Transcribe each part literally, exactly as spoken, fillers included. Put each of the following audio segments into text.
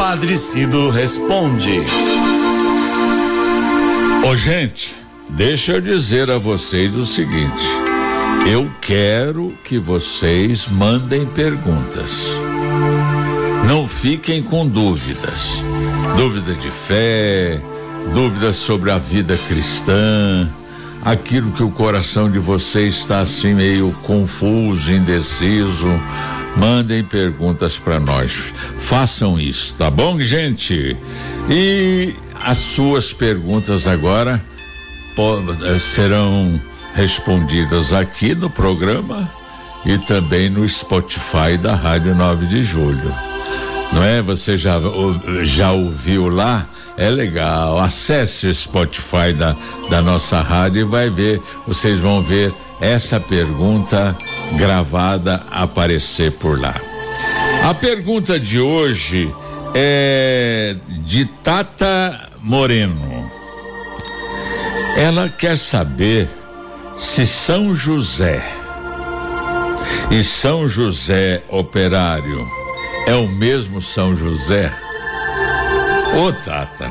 Padre Cido responde. Ô, gente, deixa eu dizer a vocês o seguinte: eu quero que vocês mandem perguntas. Não fiquem com dúvidas. Dúvida de fé, dúvidas sobre a vida cristã, aquilo que o coração de vocês está assim meio confuso, indeciso. Mandem perguntas para nós. Façam isso, tá bom, gente? E as suas perguntas agora po- serão respondidas aqui no programa e também no Spotify da Rádio nove de julho. Não é? Você já, já ouviu lá? É legal. Acesse o Spotify da, da nossa rádio e vai ver, vocês vão ver essa pergunta gravada aparecer por lá. A pergunta de hoje é de Tata Moreno. Ela quer saber se São José e São José Operário é o mesmo São José? Ô, Tata,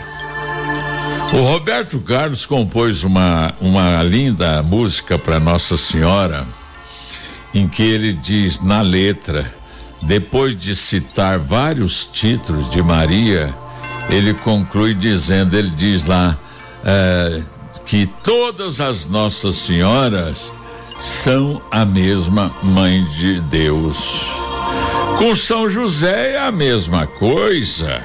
o Roberto Carlos compôs uma, uma linda música para Nossa Senhora, em que ele diz na letra, depois de citar vários títulos de Maria, ele conclui dizendo, ele diz lá é, que todas as Nossas Senhoras são a mesma Mãe de Deus. Com São José é a mesma coisa.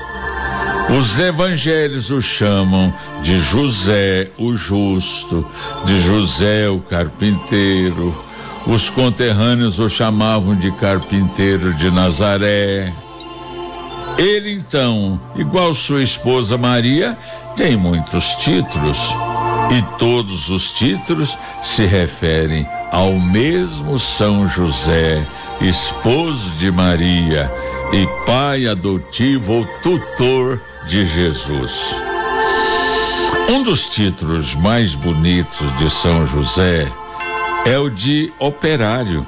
Os evangelhos o chamam de José o Justo, de José o Carpinteiro. Os conterrâneos o chamavam de Carpinteiro de Nazaré. Ele, então, igual sua esposa Maria, tem muitos títulos, e todos os títulos se referem ao mesmo São José, esposo de Maria e pai adotivo ou tutor de Jesus. Um dos títulos mais bonitos de São José é o de operário.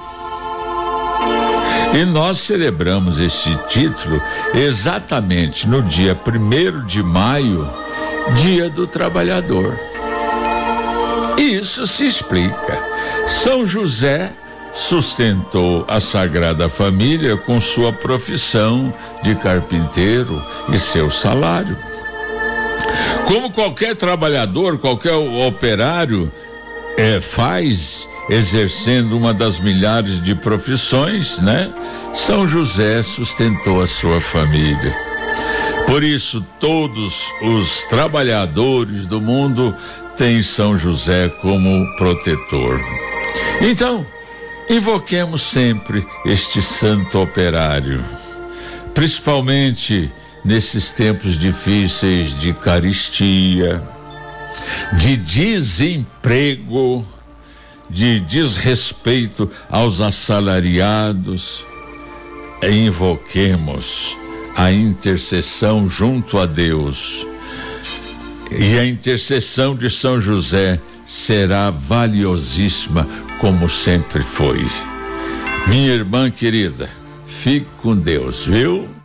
E nós celebramos este título exatamente no dia primeiro de maio, Dia do Trabalhador. E isso se explica. São José sustentou a Sagrada Família com sua profissão de carpinteiro e seu salário. Como qualquer trabalhador, qualquer operário é, faz, exercendo uma das milhares de profissões, né? São José sustentou a sua família. Por isso, todos os trabalhadores do mundo têm São José como protetor. Então, invoquemos sempre este santo operário, principalmente nesses tempos difíceis de carestia, de desemprego, de desrespeito aos assalariados. Invoquemos a intercessão junto a Deus. E a intercessão de São José será valiosíssima, como sempre foi. Minha irmã querida, fique com Deus, viu?